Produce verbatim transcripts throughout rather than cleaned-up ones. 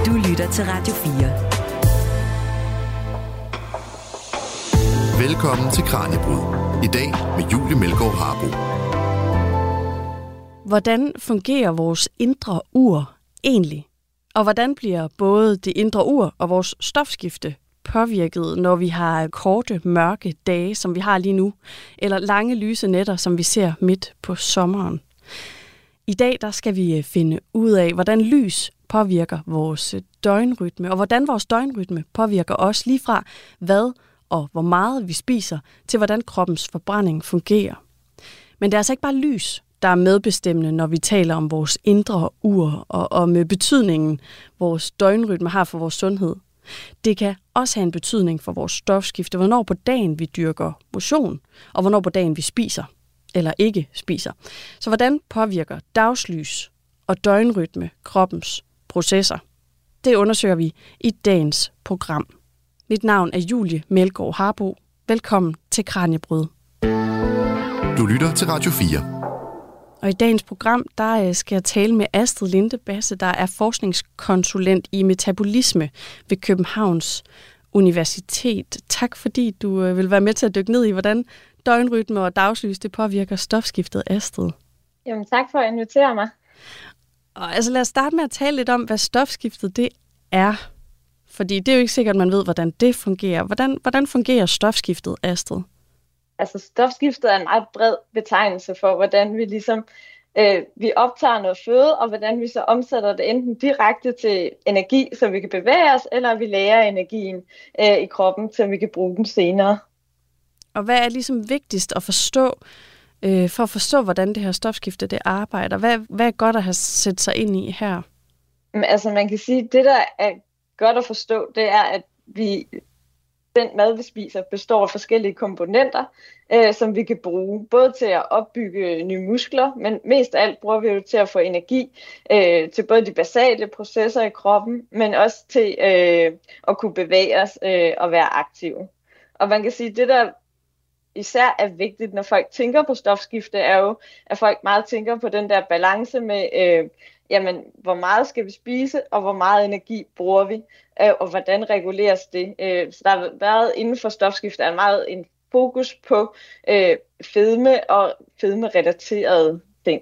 Du lytter til Radio fire. Velkommen til Kraniebrud. I dag med Julie Melgaard Harbo. Hvordan fungerer vores indre ur egentlig? Og hvordan bliver både det indre ur og vores stofskifte påvirket, når vi har korte, mørke dage, som vi har lige nu, eller lange, lyse nætter, som vi ser midt på sommeren? I dag der skal vi finde ud af, hvordan lys påvirker vores døgnrytme, og hvordan vores døgnrytme påvirker os lige fra, hvad og hvor meget vi spiser, til hvordan kroppens forbrænding fungerer. Men det er altså ikke bare lys, der er medbestemmende, når vi taler om vores indre ur, og om betydningen, vores døgnrytme har for vores sundhed. Det kan også have en betydning for vores stofskifte, hvornår på dagen vi dyrker motion, og hvornår på dagen vi spiser eller ikke spiser. Så hvordan påvirker dagslys og døgnrytme kroppens processer? Det undersøger vi i dagens program. Mit navn er Julie Melgaard Harbo. Velkommen til Kraniebrud. Du lytter til Radio fire. Og i dagens program, der skal jeg tale med Astrid Linde Basse, der er forskningskonsulent i metabolisme ved Københavns Universitet. Tak fordi du vil være med til at dykke ned i, hvordan døgnrytme og dagslys det påvirker stofskiftet, Astrid. Jamen tak for at invitere mig. Og altså lad os starte med at tale lidt om, hvad stofskiftet det er. Fordi det er jo ikke sikkert, at man ved, hvordan det fungerer. Hvordan, hvordan fungerer stofskiftet, Astrid? Altså stofskiftet er en meget bred betegnelse for, hvordan vi ligesom øh, vi optager noget føde, og hvordan vi så omsætter det enten direkte til energi, så vi kan bevæge os, eller vi lærer energien øh, i kroppen, så vi kan bruge den senere. Og hvad er ligesom vigtigst at forstå, øh, for at forstå, hvordan det her stofskifte det arbejder? Hvad, hvad er godt at have sætte sig ind i her? Men, altså man kan sige, at det der er godt at forstå, det er, at vi den mad, vi spiser, består af forskellige komponenter, øh, som vi kan bruge, både til at opbygge nye muskler, men mest af alt bruger vi jo til at få energi øh, til både de basale processer i kroppen, men også til øh, at kunne bevæge os øh, og være aktive. Og man kan sige, at det der især er vigtigt, når folk tænker på stofskifte, er jo, at folk meget tænker på den der balance med, øh, jamen, hvor meget skal vi spise, og hvor meget energi bruger vi, øh, og hvordan reguleres det. Øh, så der har været inden for stofskifte er meget en fokus på øh, fedme og fedme-relaterede ting.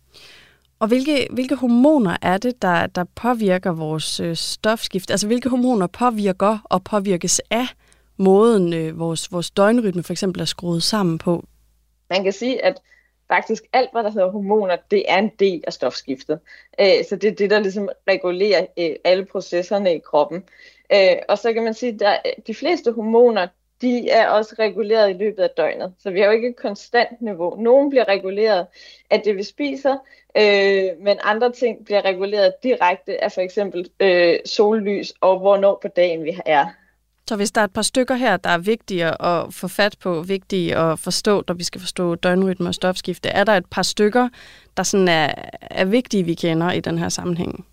Og hvilke, hvilke hormoner er det, der, der påvirker vores øh, stofskifte? Altså hvilke hormoner påvirker og påvirkes af måden, øh, vores, vores døgnrytme for eksempel er skruet sammen på? Man kan sige, at faktisk alt, hvad der hedder hormoner, det er en del af stofskiftet. Øh, så det er det, der ligesom regulerer øh, alle processerne i kroppen. Øh, og så kan man sige, at de fleste hormoner, de er også reguleret i løbet af døgnet. Så vi har jo ikke et konstant niveau. Nogle bliver reguleret af det, vi spiser, øh, men andre ting bliver reguleret direkte af for eksempel øh, sollys og hvornår på dagen vi er. Så hvis der er et par stykker her, der er vigtige at få fat på, vigtige at forstå, når vi skal forstå døgnrytme og stofskifte, er der et par stykker, der sådan er, er vigtige, vi kender i den her sammenhæng?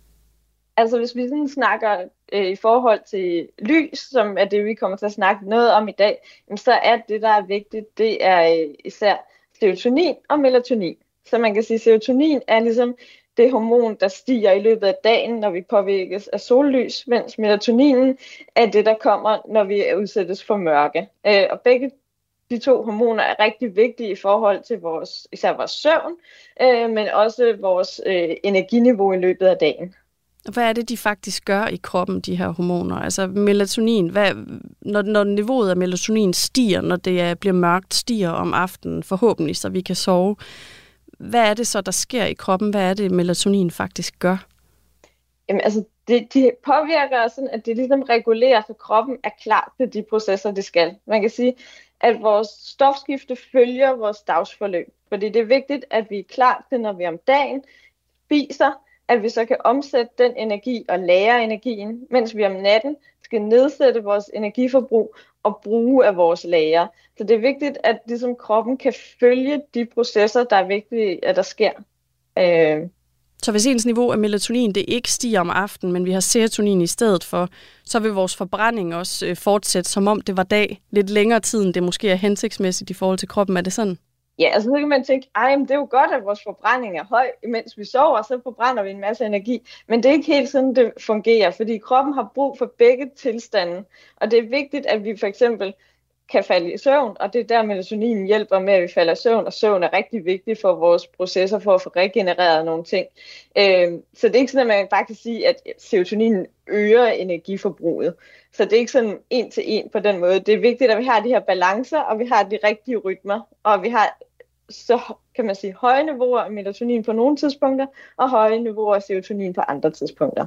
Altså hvis vi sådan snakker øh, i forhold til lys, som er det, vi kommer til at snakke noget om i dag, så er det, der er vigtigt, det er øh, især serotonin og melatonin. Så man kan sige, at serotonin er ligesom det hormon, der stiger i løbet af dagen, når vi påvirkes af sollys, mens melatoninen er det, der kommer, når vi udsættes for mørke. Øh, og begge de to hormoner er rigtig vigtige i forhold til vores, især vores søvn, øh, men også vores øh, energiniveau i løbet af dagen. Hvad er det, de faktisk gør i kroppen, de her hormoner? Altså melatonin, hvad, når, når niveauet af melatonin stiger, når det er, bliver mørkt, stiger om aftenen forhåbentlig, så vi kan sove. Hvad er det så, der sker i kroppen? Hvad er det, melatonin faktisk gør? Jamen altså, det, de påvirker sådan, at det ligesom regulerer, så kroppen er klar til de processer, det skal. Man kan sige, at vores stofskifte følger vores dagsforløb. Fordi det er vigtigt, at vi er klar til, når vi om dagen spiser, at vi så kan omsætte den energi og lære energien, mens vi om natten skal nedsætte vores energiforbrug og bruge af vores lager. Så det er vigtigt, at ligesom kroppen kan følge de processer, der er vigtige, at der sker. Øh. Så hvis ens niveau af melatonin det ikke stiger om aftenen, men vi har serotonin i stedet for, så vil vores forbrænding også fortsætte, som om det var dag lidt længere tid, end det måske er hensigtsmæssigt i forhold til kroppen. Er det sådan? Ja, altså så kan man tænke, ej, men det er jo godt, at vores forbrænding er høj, mens vi sover, så forbrænder vi en masse energi. Men det er ikke helt sådan, det fungerer, fordi kroppen har brug for begge tilstande. Og det er vigtigt, at vi for eksempel kan falde i søvn, og det er der, melatoninen hjælper med, at vi falder i søvn, og søvn er rigtig vigtigt for vores processer for at få regenereret nogle ting. Øh, så det er ikke sådan, at man bare kan sige, at serotonin øger energiforbruget. Så det er ikke sådan en til en på den måde. Det er vigtigt, at vi har de her balancer, og vi har de rigtige rytmer, og vi har så kan man sige høje niveauer af melatonin på nogle tidspunkter, og høje niveauer af serotonin på andre tidspunkter.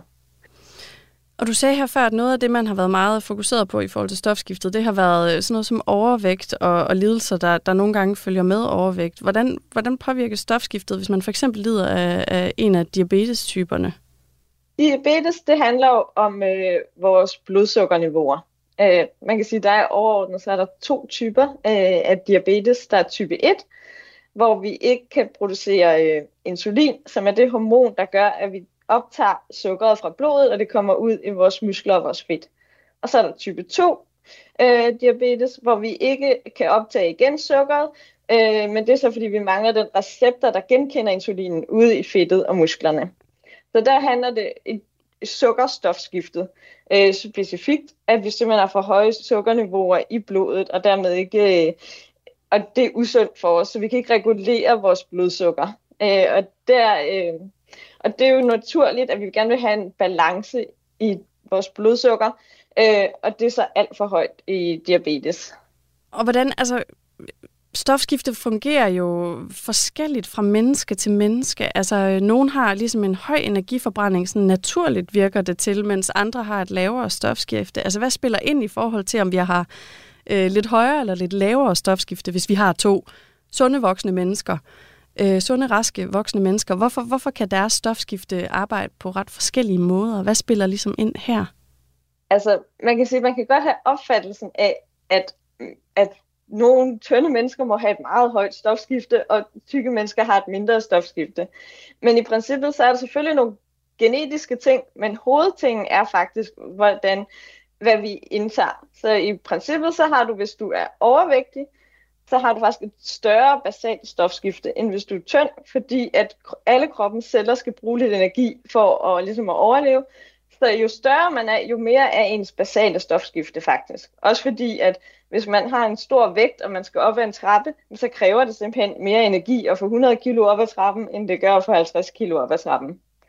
Og du sagde her før, at noget af det, man har været meget fokuseret på i forhold til stofskiftet, det har været sådan noget som overvægt og, og lidelser, der, der nogle gange følger med overvægt. Hvordan, hvordan påvirker stofskiftet, hvis man for eksempel lider af, af en af diabetestyperne? Diabetes, det handler jo om øh, vores blodsukkerniveauer. Øh, man kan sige, at der er overordnet, så er der to typer øh, af diabetes. Der er type et, hvor vi ikke kan producere øh, insulin, som er det hormon, der gør, at vi optager sukkeret fra blodet, og det kommer ud i vores muskler og vores fedt. Og så er der type to øh, diabetes, hvor vi ikke kan optage igen sukkeret, øh, men det er så fordi, vi mangler den receptor, der genkender insulinen ude i fedtet og musklerne. Så der handler det i sukkerstofskiftet øh, specifikt, at vi simpelthen har for høje sukkerniveauer i blodet, og dermed ikke, øh, og det er usundt for os, så vi kan ikke regulere vores blodsukker. Øh, og, der, øh, og det er jo naturligt, at vi gerne vil have en balance i vores blodsukker, øh, og det er så alt for højt i diabetes. Og hvordan, altså... Stofskiftet fungerer jo forskelligt fra menneske til menneske. Altså, nogen har ligesom en høj energiforbrænding, sådan naturligt virker det til, mens andre har et lavere stofskifte. Altså, hvad spiller ind i forhold til, om vi har øh, lidt højere eller lidt lavere stofskifte, hvis vi har to sunde voksne mennesker, øh, sunde, raske voksne mennesker? Hvorfor, hvorfor kan deres stofskifte arbejde på ret forskellige måder? Hvad spiller ligesom ind her? Altså, man kan sige, man kan godt have opfattelsen af, at, at nogle tynde mennesker må have et meget højt stofskifte, og tykke mennesker har et mindre stofskifte. Men i princippet så er der selvfølgelig nogle genetiske ting, men hovedtingen er faktisk, hvordan, hvad vi indtager. Så i princippet så har du, hvis du er overvægtig, så har du faktisk et større basalt stofskifte, end hvis du er tynd, fordi at alle kroppens celler skal bruge lidt energi for at, ligesom at overleve. Så jo større man er, jo mere er ens basale stofskifte faktisk. Også fordi, at hvis man har en stor vægt, og man skal op ad en trappe, så kræver det simpelthen mere energi at få hundrede kilo op ad trappen, end det gør at få halvtreds kilo op ad trappen.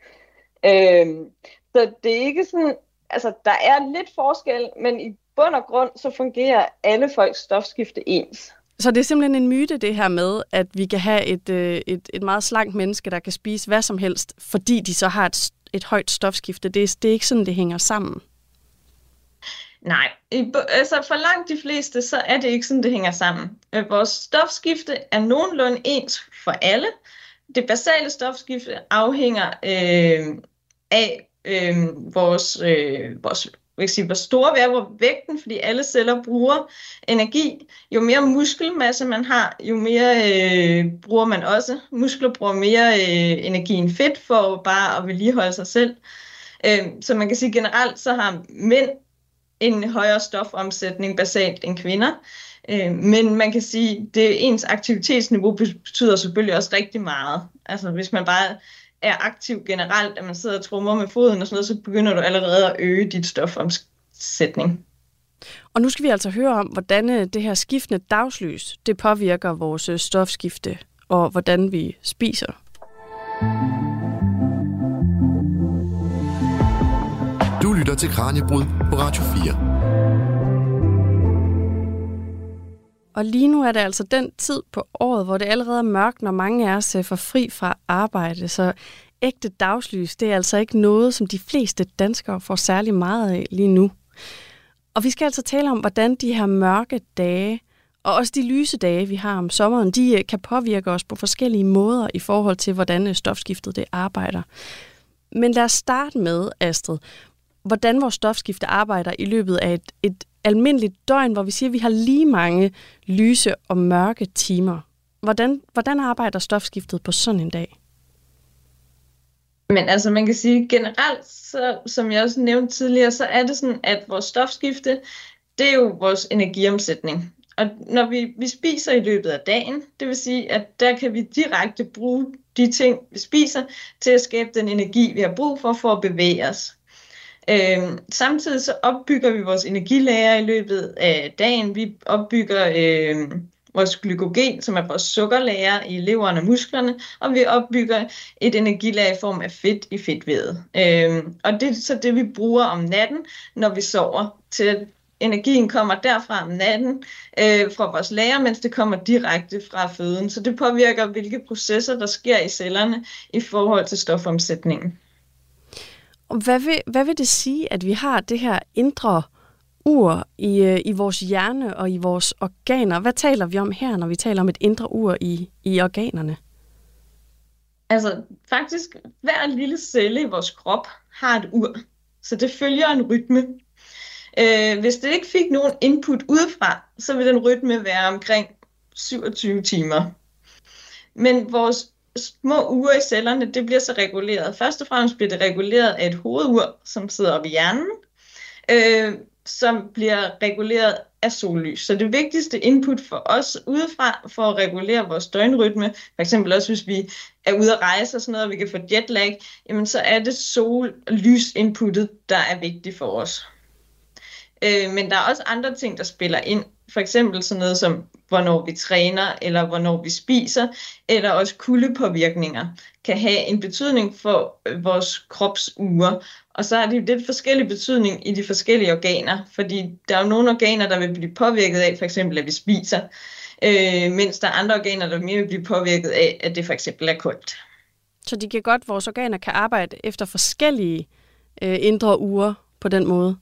Øhm, så det er ikke sådan, altså der er lidt forskel, men i bund og grund, så fungerer alle folks stofskifte ens. Så det er simpelthen en myte, det her med, at vi kan have et, et, et meget slankt menneske, der kan spise hvad som helst, fordi de så har et, et højt stofskifte. Det er, det er ikke sådan, det hænger sammen. Nej, altså for langt de fleste, så er det ikke sådan, det hænger sammen. Vores stofskifte er nogenlunde ens for alle. Det basale stofskifte afhænger øh, af øh, vores, øh, vores jeg sige, hvor store vi er, hvor vægten, fordi alle celler bruger energi. Jo mere muskelmasse man har, jo mere øh, bruger man også. Muskler bruger mere øh, energi end fedt for bare at vedligeholde sig selv. Øh, så man kan sige generelt, så har mænd en højere stofomsætning basalt end kvinder. Øh, men man kan sige, at det ens aktivitetsniveau betyder selvfølgelig også rigtig meget. Altså hvis man bare er aktiv generelt, at man sidder og trummer med foden og sådan noget, så begynder du allerede at øge dit stofomsætning. Og nu skal vi altså høre om, hvordan det her skiftende dagslys, det påvirker vores stofskifte, og hvordan vi spiser. Du lytter til Kraniebrud på Radio fire. Og lige nu er det altså den tid på året, hvor det allerede er mørkt, når mange af os får fri fra arbejde. Så ægte dagslys, det er altså ikke noget, som de fleste danskere får særlig meget af lige nu. Og vi skal altså tale om, hvordan de her mørke dage, og også de lyse dage, vi har om sommeren, de kan påvirke os på forskellige måder i forhold til, hvordan stofskiftet det arbejder. Men lad os starte med, Astrid, hvordan vores stofskifte arbejder i løbet af et, et almindeligt døgn, hvor vi siger, at vi har lige mange lyse og mørke timer. Hvordan, hvordan arbejder stofskiftet på sådan en dag? Men altså man kan sige generelt, så, som jeg også nævnte tidligere, så er det sådan, at vores stofskifte, det er jo vores energiomsætning. og når vi, vi spiser i løbet af dagen, det vil sige, at der kan vi direkte bruge de ting, vi spiser, til at skabe den energi, vi har brug for, for at bevæge os. Øhm, samtidig så opbygger vi vores energilager i løbet af dagen. Vi opbygger øh, vores glykogen, som er vores sukkerlager i leveren og musklerne, og vi opbygger et energilager i form af fedt i fedtvævet. Øhm, og det er så det, vi bruger om natten, når vi sover, til at energien kommer derfra om natten øh, fra vores lager, mens det kommer direkte fra føden. Så det påvirker, hvilke processer, der sker i cellerne i forhold til stofomsætningen. Hvad vil, hvad vil det sige, at vi har det her indre ur i, i vores hjerne og i vores organer? Hvad taler vi om her, når vi taler om et indre ur i, i organerne? Altså faktisk, hver lille celle i vores krop har et ur, så det følger en rytme. Øh, hvis det ikke fik nogen input udefra, så vil den rytme være omkring syvogtyve timer. Men vores små ure i cellerne, det bliver så reguleret. Først og fremmest bliver det reguleret af et hovedur, som sidder oppe i hjernen, øh, som bliver reguleret af sollys. Så det vigtigste input for os udefra, for at regulere vores døgnrytme, for eksempel også hvis vi er ude at rejse og sådan noget, og vi kan få jetlag, jamen så er det sollysinputtet, der er vigtigt for os. Øh, men der er også andre ting, der spiller ind. For eksempel sådan noget som, hvornår vi træner, eller hvornår vi spiser, eller også kuldepåvirkninger, kan have en betydning for vores kropsure. Og så er det lidt forskellig betydning i de forskellige organer, fordi der er jo nogle organer, der vil blive påvirket af, for eksempel at vi spiser, øh, mens der er andre organer, der mere vil blive påvirket af, at det for eksempel er koldt. Så de kan godt, vores organer kan arbejde efter forskellige øh, indre ure på den måde?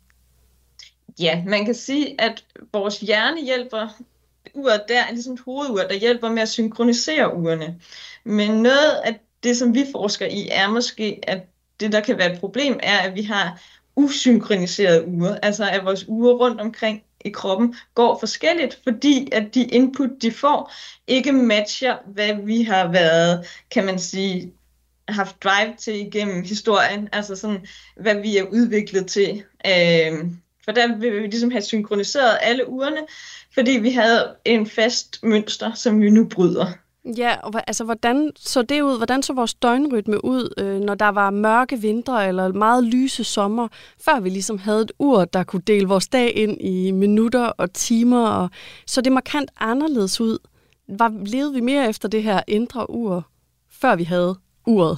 Ja, man kan sige, at vores hjerne hjælper, uret der er ligesom et hovedur, der hjælper med at synkronisere urene. Men noget af det, som vi forsker i, er måske, at det, der kan være et problem, er, at vi har usynkroniserede ure. Altså at vores ure rundt omkring i kroppen går forskelligt, fordi at de input, de får, ikke matcher, hvad vi har været, kan man sige, haft drive til igennem historien. Altså sådan, hvad vi er udviklet til. Øh, For der vil vi ligesom have synkroniseret alle urene, fordi vi havde en fast mønster, som vi nu bryder. Ja, og altså hvordan så det ud? Hvordan så vores døgnrytme ud, øh, når der var mørke vintre eller meget lyse sommer, før vi ligesom havde et ur, der kunne dele vores dag ind i minutter og timer, og så det markant anderledes ud. Var, levede vi mere efter det her indre ur, før vi havde uret?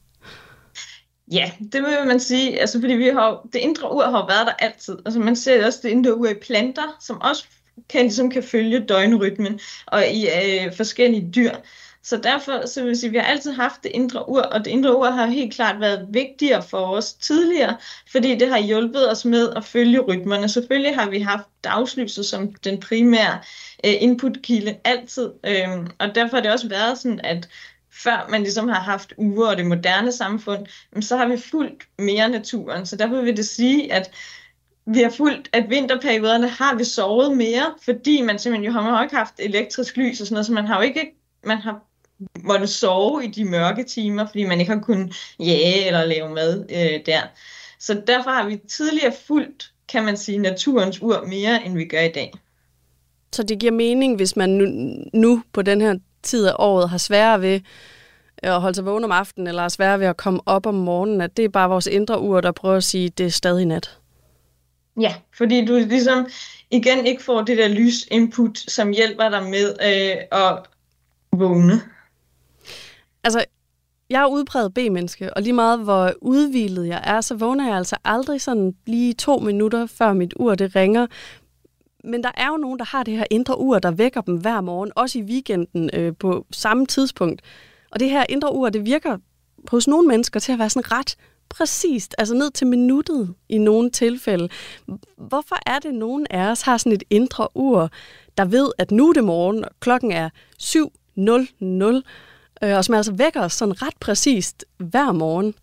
Ja, det vil man sige, altså fordi vi har, det indre ur har været der altid. Altså man ser også det indre ur i planter, som også kan, ligesom kan følge døgnrytmen, og i øh, forskellige dyr. Så derfor så vil jeg sige, at vi har altid haft det indre ur, og det indre ur har helt klart været vigtigere for os tidligere, fordi det har hjulpet os med at følge rytmerne. Selvfølgelig har vi haft dagslyset som den primære øh, inputkilde altid, øh, og derfor har det også været sådan, at før man ligesom har haft ure og det moderne samfund, så har vi fulgt mere naturen. Så derfor vil det sige, at vi har fulgt, at vinterperioderne har vi sovet mere, fordi man simpelthen jo har ikke haft elektrisk lys og sådan noget, så man har jo ikke, man har måttet sove i de mørke timer, fordi man ikke har kunnet jage eller lave mad øh, der. Så derfor har vi tidligere fulgt, kan man sige, naturens ur mere, end vi gør i dag. Så det giver mening, hvis man nu, nu på den her tid af året har sværere ved at holde sig vågen om aftenen, eller har sværere ved at komme op om morgenen, at det er bare vores indre ur, der prøver at sige, at det er stadig nat. Ja, fordi du ligesom igen ikke får det der lysinput, som hjælper dig med øh, at vågne. Altså, jeg er udpræget B-menneske, og lige meget hvor udhvilet jeg er, så vågner jeg altså aldrig sådan lige to minutter, før mit ur det ringer. Men der er jo nogen, der har det her indre ur, der vækker dem hver morgen, også i weekenden øh, på samme tidspunkt. Og det her indre ur, det virker hos nogle mennesker til at være sådan ret præcist, altså ned til minuttet i nogle tilfælde. Hvorfor er det, nogen af os har sådan et indre ur, der ved, at nu er det morgen, og klokken er syv nul nul, øh, og som altså vækker os sådan ret præcist hver morgen?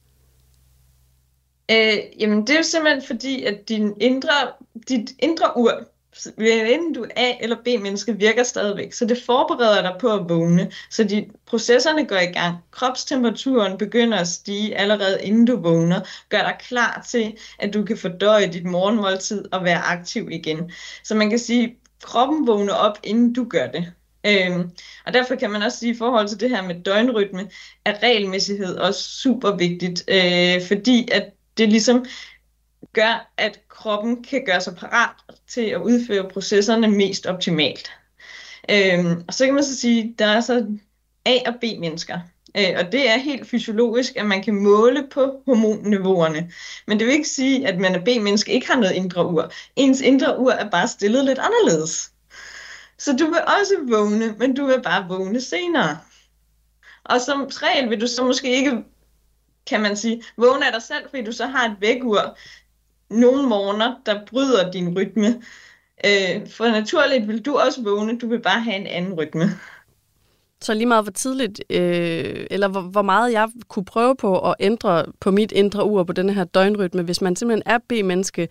Øh, jamen det er jo simpelthen fordi, at din indre, dit indre ur, enten du er A- eller B-menneske, virker stadigvæk. Så det forbereder dig på at vågne. Så de, processerne går i gang. Kropstemperaturen begynder at stige allerede inden du vågner. Gør dig klar til, at du kan fordøje dit morgenmåltid og være aktiv igen. Så man kan sige, kroppen vågner op, inden du gør det. Øhm, og derfor kan man også sige, i forhold til det her med døgnrytme, er regelmæssighed også super vigtigt, øh, fordi at det ligesom gør, at kroppen kan gøre sig parat til at udføre processerne mest optimalt. Øhm, og så kan man så sige, der er så A- og B-mennesker. Øh, og det er helt fysiologisk, at man kan måle på hormonniveauerne. Men det vil ikke sige, at man er B-menneske ikke har noget indre ur. Ens indre ur er bare stillet lidt anderledes. Så du vil også vågne, men du vil bare vågne senere. Og som regel vil du så måske ikke, kan man sige, vågne af dig selv, fordi du så har et vækkeur nogle morgener, der bryder din rytme. Øh, for naturligt vil du også vågne, du vil bare have en anden rytme. Så lige meget hvor tidligt, øh, eller hvor, hvor meget jeg kunne prøve på at ændre på mit indre ur på denne her døgnrytme, hvis man simpelthen er B-menneske,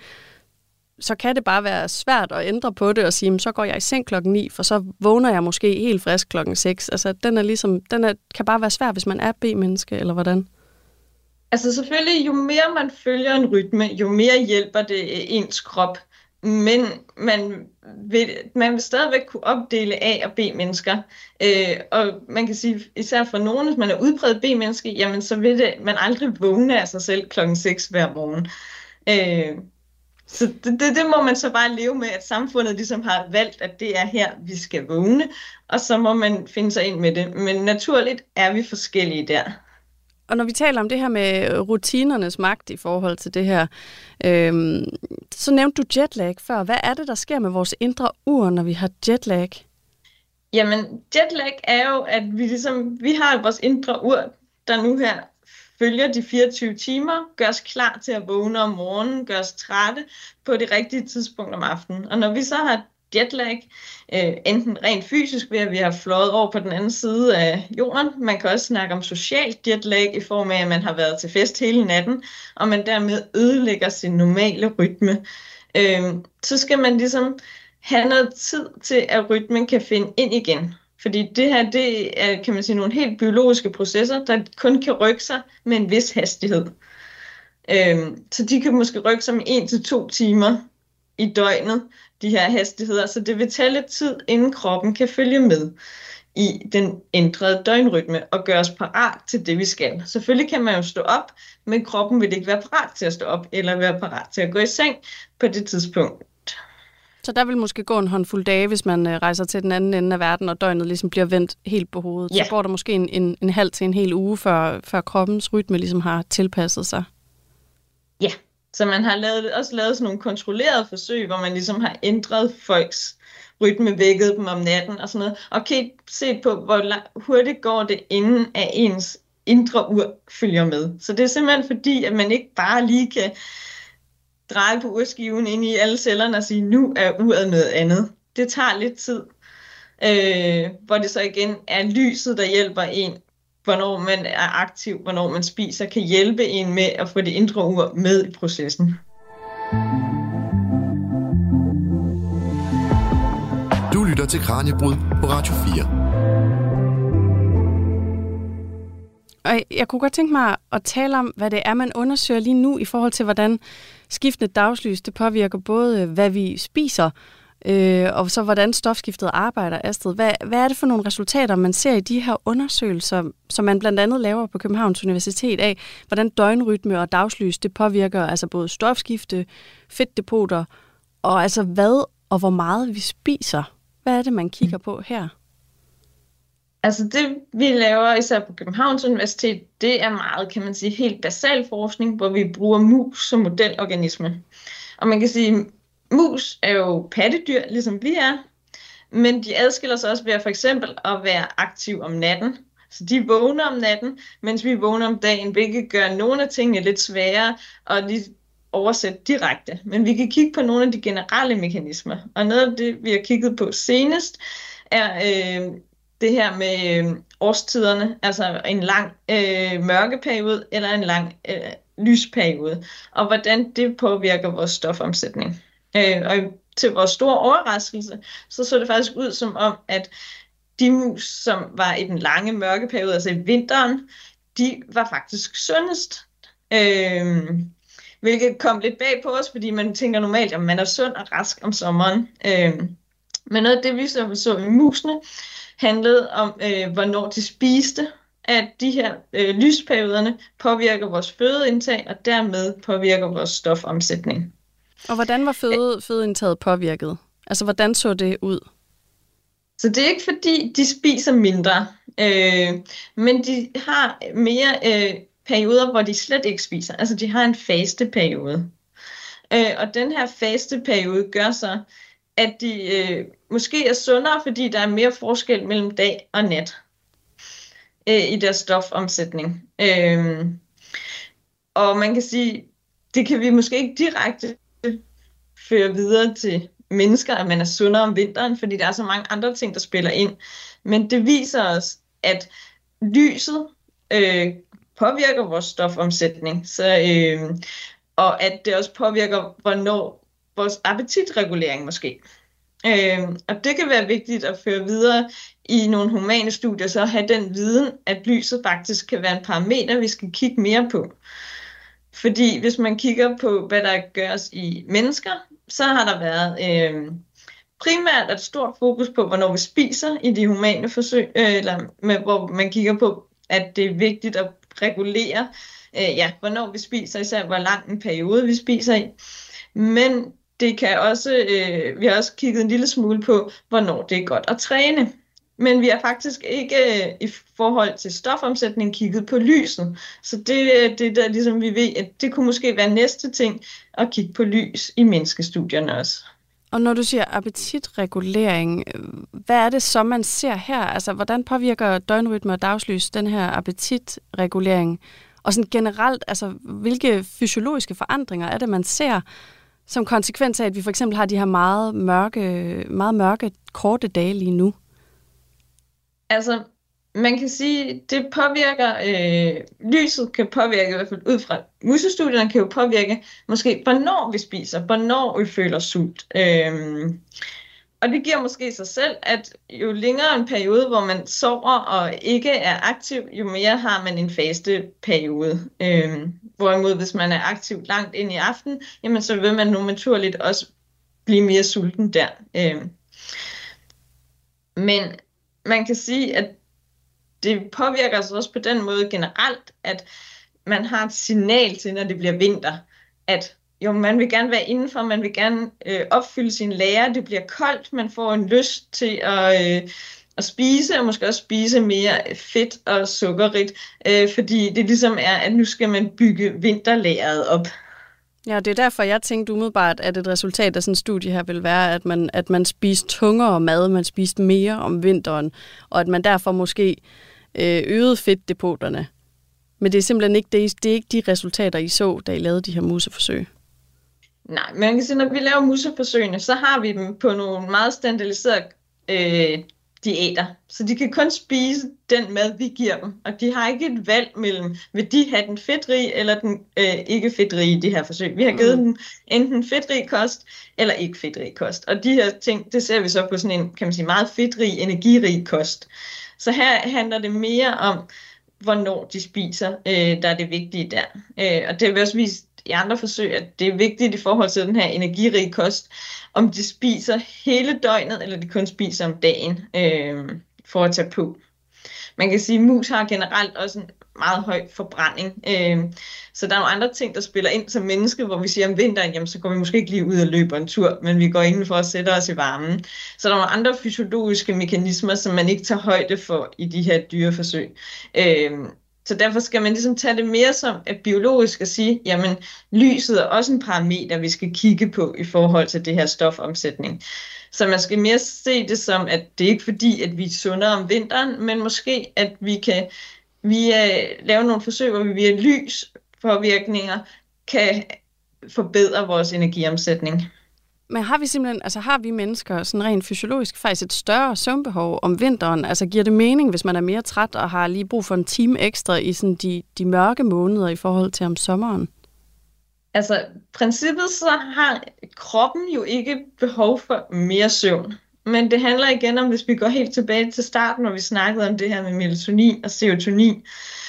så kan det bare være svært at ændre på det og sige, så går jeg i seng klokken ni, for så vågner jeg måske helt frisk klokken seks. Altså, den er ligesom, den er, kan bare være svær, hvis man er B-menneske, eller hvordan? Altså selvfølgelig, jo mere man følger en rytme, jo mere hjælper det ens krop. Men man vil, man vil stadigvæk kunne opdele A- og B-mennesker. Øh, og man kan sige, især for nogen, hvis man er udpræget B-menneske, jamen så vil det, man aldrig vågne af sig selv klokken seks hver morgen. Øh, så det, det, det må man så bare leve med, at samfundet ligesom har valgt, at det er her, vi skal vågne. Og så må man finde sig ind med det. Men naturligt er vi forskellige der. Og når vi taler om det her med rutinernes magt i forhold til det her, øhm, så nævnte du jetlag før. Hvad er det, der sker med vores indre ur, når vi har jetlag? Jamen, jetlag er jo, at vi ligesom, vi har vores indre ur, der nu her følger de fireogtyve timer, gør os klar til at vågne om morgenen, gør os trætte på det rigtige tidspunkt om aftenen. Og når vi så har jetlag, øh, enten rent fysisk ved, at vi har fløjet over på den anden side af jorden. Man kan også snakke om socialt jetlag i form af, at man har været til fest hele natten, og man dermed ødelægger sin normale rytme. Øh, så skal man ligesom have noget tid til, at rytmen kan finde ind igen. Fordi det her, det er, kan man sige, nogle helt biologiske processer, der kun kan rykke sig med en vis hastighed. Øh, så de kan måske rykke sig med en til to timer i døgnet, de her hastigheder, så det vil tage lidt tid, inden kroppen kan følge med i den ændrede døgnrytme og gøre os parat til det, vi skal. Selvfølgelig kan man jo stå op, men kroppen vil ikke være parat til at stå op, eller være parat til at gå i seng på det tidspunkt. Så der vil måske gå en håndfuld dage, hvis man rejser til den anden ende af verden, og døgnet ligesom bliver vendt helt på hovedet. Ja. Så går der måske en, en, en halv til en hel uge, før, før kroppens rytme ligesom har tilpasset sig. Ja. Så man har lavet, også lavet sådan nogle kontrollerede forsøg, hvor man ligesom har ændret folks rytme, vækket dem om natten og sådan noget, og kan se på, hvor hurtigt går det, inden at ens indre ur følger med. Så det er simpelthen fordi, at man ikke bare lige kan dreje på urskiven ind i alle cellerne og sige, nu er uret noget andet. Det tager lidt tid, øh, hvor det så igen er lyset, der hjælper en, hvornår man er aktiv, hvornår man spiser, kan hjælpe en med at få det indre ur med i processen. Du lytter til Kraniebrud på Radio fire. Og jeg kunne godt tænke mig at tale om, hvad det er, man undersøger lige nu i forhold til, hvordan skiftende dagslys det påvirker både, hvad vi spiser, Øh, og så hvordan stofskiftet arbejder, Astrid. Hvad, hvad er det for nogle resultater, man ser i de her undersøgelser, som man blandt andet laver på Københavns Universitet af, hvordan døgnrytme og dagslys det påvirker altså både stofskifte, fedtdepoter, og altså hvad og hvor meget vi spiser? Hvad er det, man kigger på her? Altså det, vi laver især på Københavns Universitet, det er meget, kan man sige, helt basal forskning, hvor vi bruger mus som modelorganisme. Og man kan sige, mus er jo pattedyr, ligesom vi er, men de adskiller sig også ved for eksempel at være aktiv om natten. Så de vågner om natten, mens vi vågner om dagen, hvilket gør nogle af tingene lidt sværere at lige oversætte direkte. Men vi kan kigge på nogle af de generelle mekanismer. Og noget af det, vi har kigget på senest, er øh, det her med øh, årstiderne, altså en lang øh, mørkeperiode eller en lang øh, lysperiode, og hvordan det påvirker vores stofomsætning. Øh, og til vores store overraskelse, så så det faktisk ud som om, at de mus, som var i den lange mørkeperiode, altså i vinteren, de var faktisk sundest. Øh, hvilket kom lidt bag på os, fordi man tænker normalt, at man er sund og rask om sommeren. Øh, Men noget af det, vi så, så i musene, handlede om, øh, hvornår de spiste, at de her øh, lysperioderne påvirker vores fødeindtag, og dermed påvirker vores stofomsætning. Og hvordan var føde, fødeindtaget påvirket? Altså, hvordan så det ud? Så det er ikke fordi, de spiser mindre, øh, men de har mere øh, perioder, hvor de slet ikke spiser. Altså, de har en fasteperiode. Øh, og den her fasteperiode gør så, at de øh, måske er sundere, fordi der er mere forskel mellem dag og nat øh, i deres stofomsætning. Øh, og man kan sige, det kan vi måske ikke direkte føre videre til mennesker, at man er sundere om vinteren, fordi der er så mange andre ting, der spiller ind. Men det viser os, at lyset øh, påvirker vores stofomsætning, så, øh, og at det også påvirker, hvornår vores appetitregulering måske. Øh, og det kan være vigtigt at føre videre i nogle humane studier, så at have den viden, at lyset faktisk kan være en parameter, vi skal kigge mere på. Fordi hvis man kigger på, hvad der gøres i mennesker, så har der været øh, primært et stort fokus på, hvornår vi spiser i de humane forsøg, øh, eller med, hvor man kigger på, at det er vigtigt at regulere, øh, ja, hvornår vi spiser, især hvor lang en periode vi spiser i. Men det kan også, øh, vi har også kigget en lille smule på, hvornår det er godt at træne. Men vi har faktisk ikke øh, i forhold til stofomsætning kigget på lyset. Så det, det der ligesom vi ved, at det kunne måske være næste ting at kigge på lys i menneskestudierne også. Og når du siger appetitregulering, hvad er det så, man ser her? Altså, hvordan påvirker døgnrytme og dagslys den her appetitregulering? Og sådan generelt, altså, hvilke fysiologiske forandringer er det, man ser som konsekvens af, at vi for eksempel har de her meget mørke, meget mørke korte dage lige nu? Altså, man kan sige, det påvirker, øh, lyset kan påvirke, i hvert fald ud fra musestudierne, kan jo påvirke måske, hvornår vi spiser, hvornår vi føler sult. Øhm, og det giver måske sig selv, at jo længere en periode, hvor man sover og ikke er aktiv, jo mere har man en faste periode. Øhm, hvorimod hvis man er aktiv langt ind i aften, jamen så vil man nu naturligt også blive mere sulten der. Øhm, men man kan sige, at det påvirker os også på den måde generelt, at man har et signal til, når det bliver vinter, at jo, man vil gerne være indenfor, man vil gerne øh, opfylde sine lager, det bliver koldt, man får en lyst til at, øh, at spise, og måske også spise mere fedt og sukkerrigt, øh, fordi det ligesom er, at nu skal man bygge vinterlageret op. Ja, det er derfor, jeg tænkte umiddelbart, at et resultat af sådan en studie her vil være, at man, at man spiste tungere mad, man spiste mere om vinteren, og at man derfor måske øh, øgede fedtdepoterne. Men det er simpelthen ikke, det, det er ikke de resultater, I så, da I lavede de her museforsøg. Nej, men man kan sige, når vi laver museforsøgene, så har vi dem på nogle meget standardiserede øh, diæter. Så de kan kun spise den mad, vi giver dem. Og de har ikke et valg mellem, vil de have den fedtrige eller den øh, ikke fedtrige i det her forsøg. Vi har givet mm. dem enten fedtrig kost eller ikke fedtrig kost. Og de her ting, det ser vi så på sådan en, kan man sige, meget fedtrig, energirig kost. Så her handler det mere om, hvornår de spiser, øh, der er det vigtige der. Øh, og det vil også vise i andre forsøg, at det er vigtigt i forhold til den her energirige kost, om de spiser hele døgnet, eller de kun spiser om dagen, øh, for at tage på. Man kan sige, at mus har generelt også en meget høj forbrænding. Øh, så der er nogle andre ting, der spiller ind som menneske, hvor vi siger om vinteren, jamen så går vi måske ikke lige ud og løber en tur, men vi går ind for at sætte os i varmen. Så der er nogle andre fysiologiske mekanismer, som man ikke tager højde for i de her dyreforsøg. Øh, Så derfor skal man ligesom tage det mere som at biologisk at sige, jamen lyset er også en parameter, vi skal kigge på i forhold til det her stofomsætning. Så man skal mere se det som, at det ikke er fordi, at vi er sundere om vinteren, men måske at vi kan via, lave nogle forsøg, hvor vi via lyspåvirkninger kan forbedre vores energiomsætning. Men har vi simpelthen, altså har vi mennesker sådan rent fysiologisk faktisk et større søvnbehov om vinteren? Altså giver det mening, hvis man er mere træt og har lige brug for en time ekstra i sådan de, de mørke måneder i forhold til om sommeren? Altså princippet så har kroppen jo ikke behov for mere søvn. Men det handler igen om, hvis vi går helt tilbage til starten, når vi snakkede om det her med melatonin og serotonin.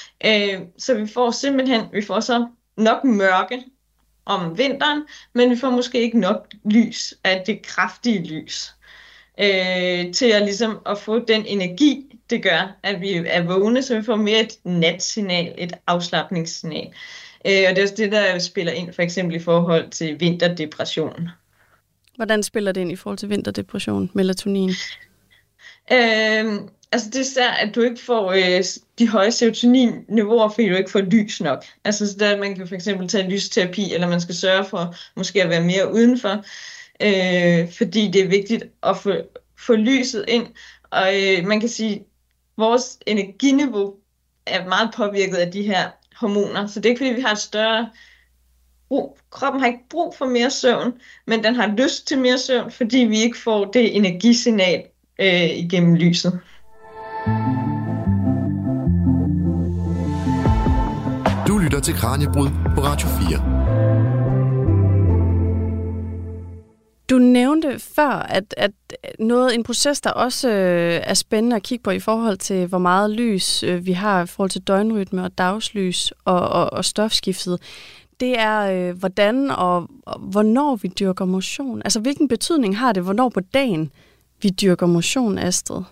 Øh, så vi får simpelthen, vi får så nok mørke om vinteren, men vi får måske ikke nok lys af det kraftige lys. øh, til at, ligesom, at få den energi, det gør, at vi er vågne, så vi får mere et natsignal, et afslapningssignal. Øh, og det er også det, der spiller ind for eksempel i forhold til vinterdepression. Hvordan spiller det ind i forhold til vinterdepression, melatonin? Øh, altså det er især, at du ikke får øh, de høje serotonin-niveauer, fordi du ikke får lys nok. Altså så der, at man kan for eksempel tage lysterapi, eller man skal sørge for måske at være mere udenfor, øh, fordi det er vigtigt at få, få lyset ind. Og øh, man kan sige, at vores energiniveau er meget påvirket af de her hormoner, så det er ikke fordi, vi har et større brug. Kroppen har ikke brug for mere søvn, men den har lyst til mere søvn, fordi vi ikke får det energisignal øh, igennem lyset. Du lytter til Kraniebrud på Radio fire. Du nævnte før, at, at noget, en proces, der også øh, er spændende at kigge på i forhold til, hvor meget lys øh, vi har i forhold til døgnrytme og dagslys og, og, og stofskiftet, det er, øh, hvordan og, og hvornår vi dyrker motion. Altså, hvilken betydning har det, hvornår på dagen vi dyrker motion, Astrid?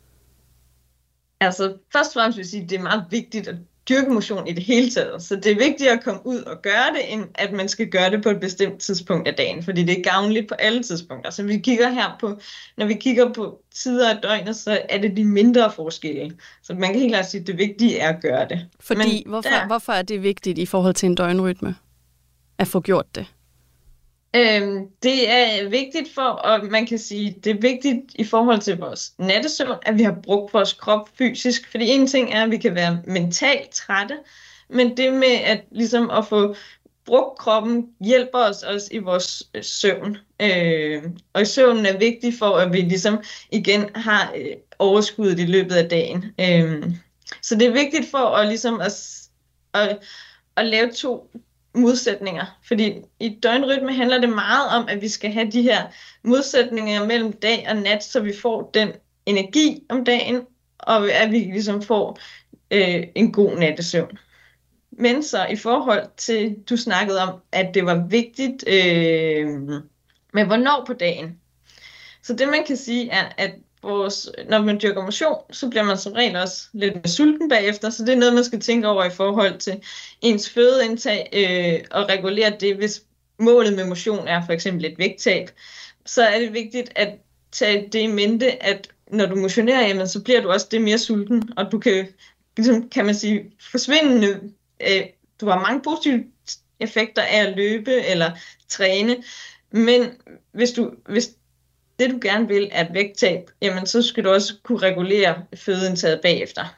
Altså, først og fremmest vil jeg sige, at det er meget vigtigt at dyrke motion i det hele taget. Så det er vigtigt at komme ud og gøre det, end at man skal gøre det på et bestemt tidspunkt af dagen, fordi det er gavnligt på alle tidspunkter. Så vi kigger her på, når vi kigger på tider af døgnet, så er det de mindre forskelle. Så man kan helt klart sige, at det vigtige er at gøre det. Fordi, Men, hvorfor, der, hvorfor er det vigtigt i forhold til en døgnrytme, at få gjort det? Øhm, det er vigtigt for, og man kan sige, det er vigtigt i forhold til vores nattesøvn, at vi har brugt vores krop fysisk. Fordi en ting er, at vi kan være mentalt trætte, men det med at, ligesom at få brugt kroppen hjælper os også i vores øh, søvn. Øh, og søvnen er vigtig for, at vi ligesom igen har øh, overskuddet i løbet af dagen. Øh, så det er vigtigt for at, ligesom at, at, at lave to modsætninger, fordi i døgnrytme handler det meget om, at vi skal have de her modsætninger mellem dag og nat, så vi får den energi om dagen, og at vi ligesom får øh, en god nattesøvn. Men så i forhold til, du snakkede om, at det var vigtigt øh, med hvornår på dagen. Så det man kan sige er, at vores, når man dyrker motion, så bliver man som regel også lidt mere sulten bagefter, så det er noget, man skal tænke over i forhold til ens fødeindtag øh, og regulere det, hvis målet med motion er for eksempel et vægttab. Så er det vigtigt at tage det i mente, at når du motionerer, jamen, så bliver du også det mere sulten, og du kan, ligesom, kan man sige, forsvindende, øh, du har mange positive effekter af at løbe eller træne, men hvis du, hvis det du gerne vil er et vægttab, jamen så skal du også kunne regulere fødeindtaget bagefter.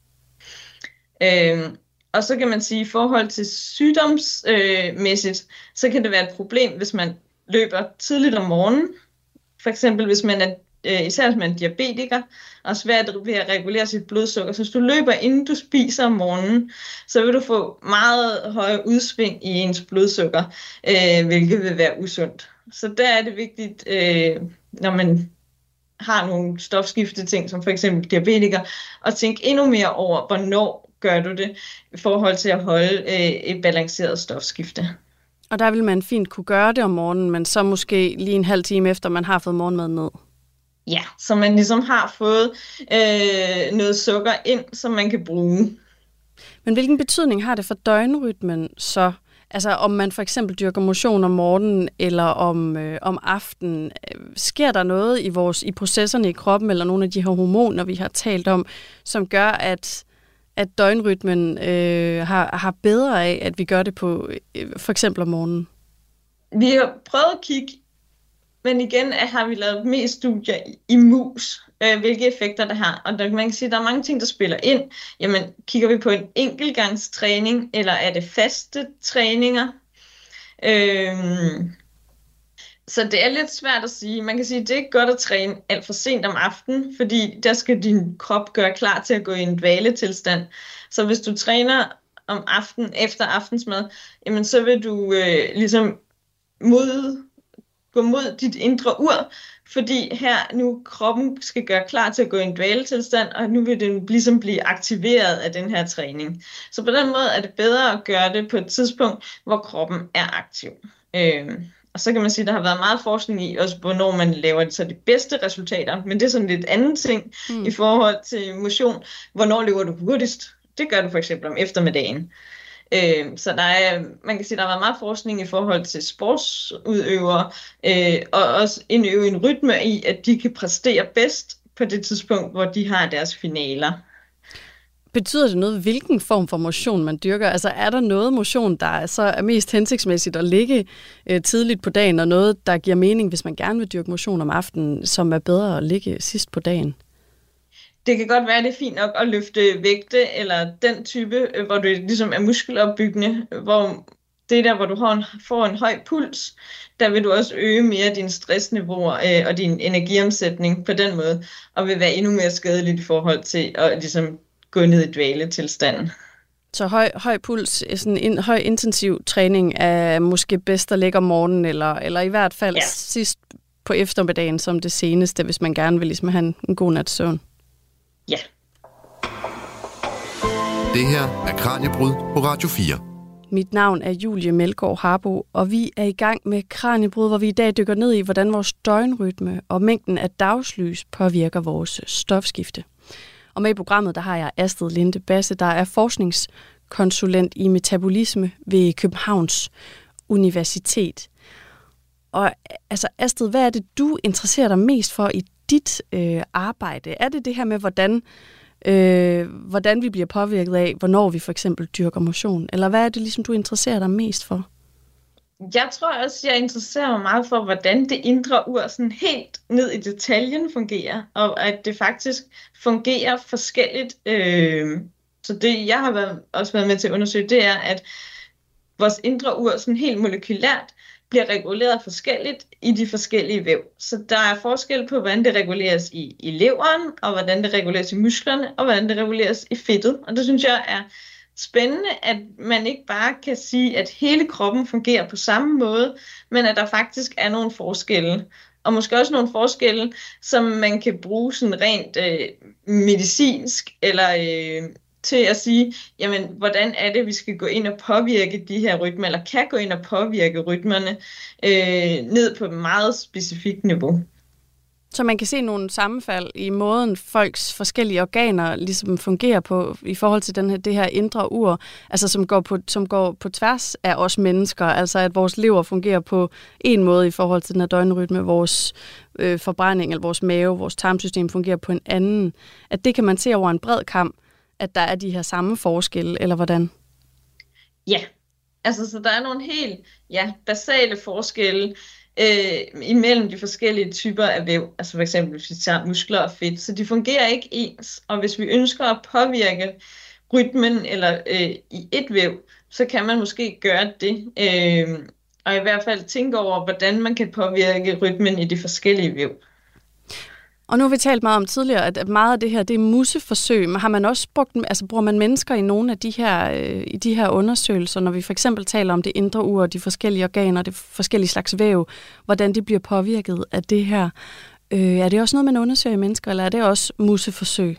Øhm, og så kan man sige, at i forhold til sygdomsmæssigt, øh, så kan det være et problem, hvis man løber tidligt om morgenen. For eksempel hvis man er, øh, især hvis man er diabetiker, og svært ved at regulere sit blodsukker. Så hvis du løber inden du spiser om morgenen, så vil du få meget høje udsving i ens blodsukker, øh, hvilket vil være usundt. Så der er det vigtigt, øh, når man har nogle stofskifte ting, som for eksempel diabetiker, at tænke endnu mere over, hvornår gør du det, i forhold til at holde øh, et balanceret stofskifte. Og der vil man fint kunne gøre det om morgenen, men så måske lige en halv time efter, man har fået morgenmad ned. Ja, så man ligesom har fået øh, noget sukker ind, som man kan bruge. Men hvilken betydning har det for døgnrytmen så? Altså om man for eksempel dyrker motion om morgenen eller om, øh, om aftenen. Sker der noget i, vores, i processerne i kroppen eller nogle af de her hormoner, vi har talt om, som gør, at, at døgnrytmen øh, har, har bedre af, at vi gør det på øh, for eksempel om morgenen? Vi har prøvet at kigge, men igen har vi lavet mest studier i mus, øh, hvilke effekter det har. Og der, man kan sige, at der er mange ting, der spiller ind. Jamen, kigger vi på en enkeltgangstræning, eller er det faste træninger? Øhm, så det er lidt svært at sige. Man kan sige, at det er ikke godt at træne alt for sent om aftenen, fordi der skal din krop gøre klar til at gå i en dvaletilstand. Så hvis du træner om aftenen efter aftensmad, jamen så vil du øh, ligesom mod... gå mod dit indre ur, fordi her nu kroppen skal gøre klar til at gå i en dvaletilstand, og nu vil den ligesom blive aktiveret af den her træning. Så på den måde er det bedre at gøre det på et tidspunkt, hvor kroppen er aktiv. Øh, Og så kan man sige, at der har været meget forskning i, også hvornår man laver så de bedste resultater. Men det er sådan lidt anden ting mm. i forhold til motion. Hvornår løber du hurtigst? Det gør du for eksempel om eftermiddagen. Øh, så der er, man kan sige, der har været meget forskning i forhold til sportsudøvere, øh, og også indøve en rytme i, at de kan præstere bedst på det tidspunkt, hvor de har deres finaler. Betyder det noget, hvilken form for motion man dyrker? Altså er der noget motion, der er så er mest hensigtsmæssigt at ligge øh, tidligt på dagen, og noget, der giver mening, hvis man gerne vil dyrke motion om aftenen, som er bedre at ligge sidst på dagen? Det kan godt være, at det er fint nok at løfte vægte, eller den type, hvor det ligesom er muskelopbyggende, hvor det der, hvor du har en, får en høj puls, der vil du også øge mere dine stressniveauer øh, og din energiomsætning på den måde, og vil være endnu mere skadeligt i forhold til at ligesom gå ned i dvaletilstanden. Så høj, høj puls, sådan en høj intensiv træning er måske bedst at lægge om morgenen, eller, eller i hvert fald ja. sidst på eftermiddagen som det seneste, hvis man gerne vil ligesom have en, en god nats søvn. Ja. Det her er Kraniebrud på Radio fire. Mit navn er Julie Melgaard Harbo, og vi er i gang med Kraniebrud, hvor vi i dag dykker ned i, hvordan vores døgnrytme og mængden af dagslys påvirker vores stofskifte. Og med i programmet, der har jeg Astrid Linde Basse, der er forskningskonsulent i metabolisme ved Københavns Universitet. Og altså Astrid, hvad er det, du interesserer dig mest for i dit øh, arbejde? Er det det her med, hvordan, øh, hvordan vi bliver påvirket af, hvornår vi for eksempel dyrker motion? Eller hvad er det, ligesom, du interesserer dig mest for? Jeg tror også, jeg interesserer mig meget for, hvordan det indre ur sådan helt ned i detaljen fungerer, og at det faktisk fungerer forskelligt. Øh, så det, jeg har været, også været med til at undersøge, det er, at vores indre ur sådan helt molekylært bliver reguleret forskelligt i de forskellige væv. Så der er forskel på, hvordan det reguleres i, i leveren, og hvordan det reguleres i musklerne, og hvordan det reguleres i fedtet. Og det synes jeg er spændende, at man ikke bare kan sige, at hele kroppen fungerer på samme måde, men at der faktisk er nogle forskelle. Og måske også nogle forskelle, som man kan bruge sådan rent øh, medicinsk, eller øh, til at sige, jamen, hvordan er det, vi skal gå ind og påvirke de her rytmer, eller kan gå ind og påvirke rytmerne øh, ned på et meget specifikt niveau. Så man kan se nogle sammenfald i måden, folks forskellige organer ligesom fungerer på i forhold til den her, det her indre ur, altså som går, på, som går på tværs af os mennesker, altså at vores lever fungerer på en måde i forhold til den her døgnrytme, vores øh, forbrænding, eller vores mave, vores tarmsystem fungerer på en anden. At det kan man se over en bred kam, at der er de her samme forskelle, eller hvordan? Ja, altså så der er nogle helt ja, basale forskelle, Øh, imellem de forskellige typer af væv, altså for eksempel hvis vi tager muskler og fedt, så de fungerer ikke ens, og hvis vi ønsker at påvirke rytmen eller øh, i et væv, så kan man måske gøre det, øh, og i hvert fald tænke over, hvordan man kan påvirke rytmen i de forskellige væv. Og nu har vi talt meget om tidligere, at meget af det her, det er museforsøg. Men har man også brugt, altså bruger man mennesker i nogle af de her, øh, i de her undersøgelser, når vi for eksempel taler om det indre ur, de forskellige organer, de forskellige slags væv, hvordan de bliver påvirket af det her? Øh, er det også noget, man undersøger i mennesker, eller er det også museforsøg?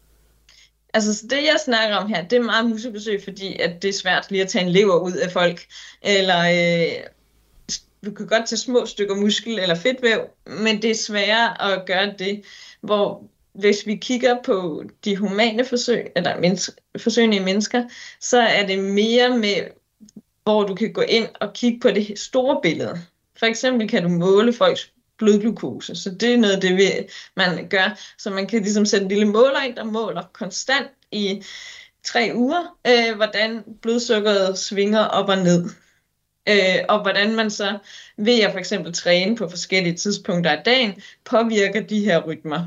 Altså så det, jeg snakker om her, det er meget museforsøg, fordi at det er svært lige at tage en lever ud af folk, eller øh, du kan godt tage små stykker muskel eller fedtvæv, men det er sværere at gøre det, hvor hvis vi kigger på de humane forsøg, eller menneske, forsøgene i mennesker, så er det mere med, hvor du kan gå ind og kigge på det store billede. For eksempel kan du måle folks blodglukose, så det er noget af det, man gør. Så man kan ligesom sætte en lille måler ind, der måler konstant i tre uger, øh, hvordan blodsukkeret svinger op og ned. Øh, og hvordan man så ved at for eksempel træne på forskellige tidspunkter af dagen, påvirker de her rytmer.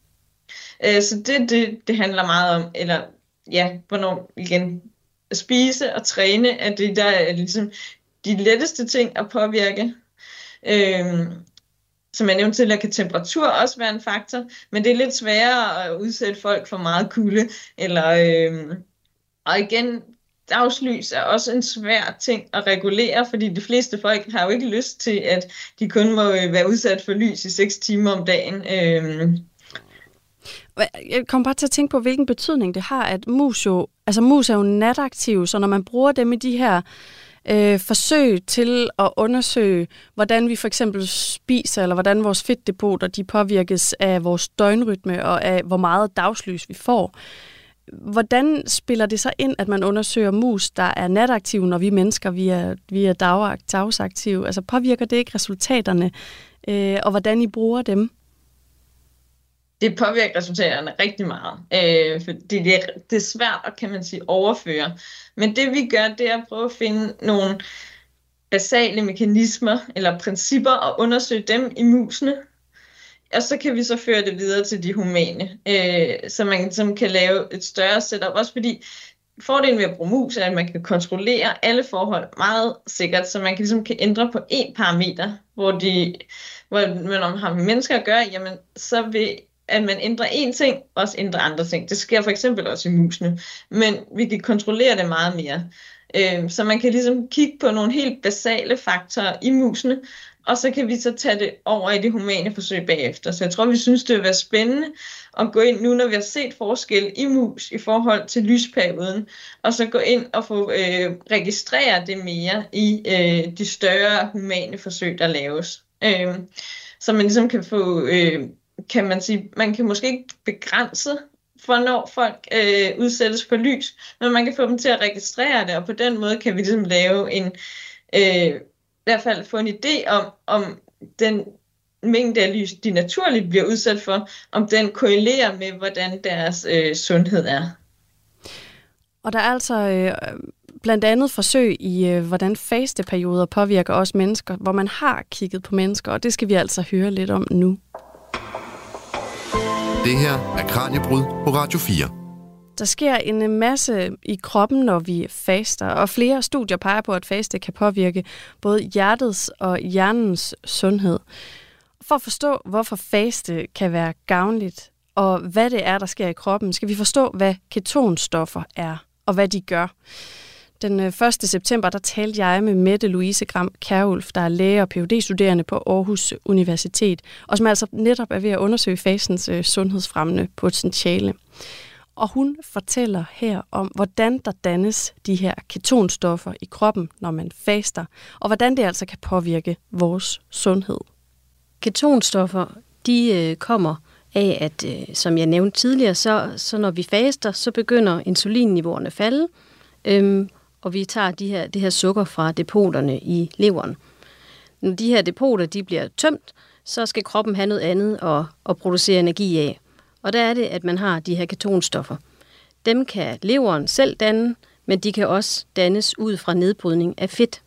Øh, så det, det, det handler meget om, eller ja, hvornår igen, at spise og træne er det, der er ligesom de letteste ting at påvirke. Øh, som jeg nævnte tidligere, kan temperatur også være en faktor, men det er lidt sværere at udsætte folk for meget kulde, eller øh, og igen, dagslys er også en svær ting at regulere, fordi de fleste folk har jo ikke lyst til, at de kun må være udsat for lys i seks timer om dagen. Øhm. Jeg kommer bare til at tænke på, hvilken betydning det har, at mus jo, altså mus er jo nataktive, så når man bruger dem i de her øh, forsøg til at undersøge, hvordan vi for eksempel spiser, eller hvordan vores fedtdepoter de påvirkes af vores døgnrytme og af, hvor meget dagslys vi får. Hvordan spiller det så ind, at man undersøger mus, der er nataktive, når vi mennesker vi er, vi er dag, dagsaktive? Altså påvirker det ikke resultaterne, øh, og hvordan I bruger dem? Det påvirker resultaterne rigtig meget, øh, fordi det er, det er svært at, kan man sige, overføre. Men det vi gør, det er at prøve at finde nogle basale mekanismer eller principper og undersøge dem i musene. Og så kan vi så føre det videre til de humane, øh, så man som kan lave et større setup. Også fordi fordelen ved at bruge mus er, at man kan kontrollere alle forhold meget sikkert, så man kan, ligesom kan ændre på én parameter, hvor, de, hvor når man har med mennesker at gøre, jamen, så vil at man ændrer én ting, også ændrer andre ting. Det sker for eksempel også i musene, men vi kan kontrollere det meget mere. Øh, så man kan ligesom kigge på nogle helt basale faktorer i musene, og så kan vi så tage det over i det humane forsøg bagefter. Så jeg tror, vi synes, det vil være spændende at gå ind nu, når vi har set forskel i mus i forhold til lysperioden, og så gå ind og få øh, registrere det mere i øh, de større humane forsøg, der laves. Øh, så man ligesom kan få, øh, kan man sige, man kan måske ikke begrænse, hvornår folk øh, udsættes for lys, men man kan få dem til at registrere det, og på den måde kan vi ligesom lave en... Øh, i hvert fald få en idé om, om den mængde af lys, de naturligt bliver udsat for, om den korrelerer med, hvordan deres øh, sundhed er. Og der er altså øh, blandt andet forsøg i, øh, hvordan fasteperioder påvirker os mennesker, hvor man har kigget på mennesker, og det skal vi altså høre lidt om nu. Det her er Kraniebrud på Radio fire. Der sker en masse i kroppen, når vi faster, og flere studier peger på, at faste kan påvirke både hjertets og hjernens sundhed. For at forstå, hvorfor faste kan være gavnligt, og hvad det er, der sker i kroppen, skal vi forstå, hvad ketonstoffer er, og hvad de gør. Den første september, der talte jeg med Mette Louise Gram Kjærulf, der er læge og P H D-studerende på Aarhus Universitet, og som altså netop er ved at undersøge fastens sundhedsfremmende potentiale. Og hun fortæller her om, hvordan der dannes de her ketonstoffer i kroppen, når man faster, og hvordan det altså kan påvirke vores sundhed. Ketonstoffer, de øh, kommer af, at øh, som jeg nævnte tidligere, så, så når vi faster, så begynder insulinniveauerne at falde, øhm, og vi tager de her, det her sukker fra depoterne i leveren. Når de her depoter de bliver tømt, så skal kroppen have noget andet at, at producere energi af. Og der er det, at man har de her ketonstoffer. Dem kan leveren selv danne, men de kan også dannes ud fra nedbrydning af fedt.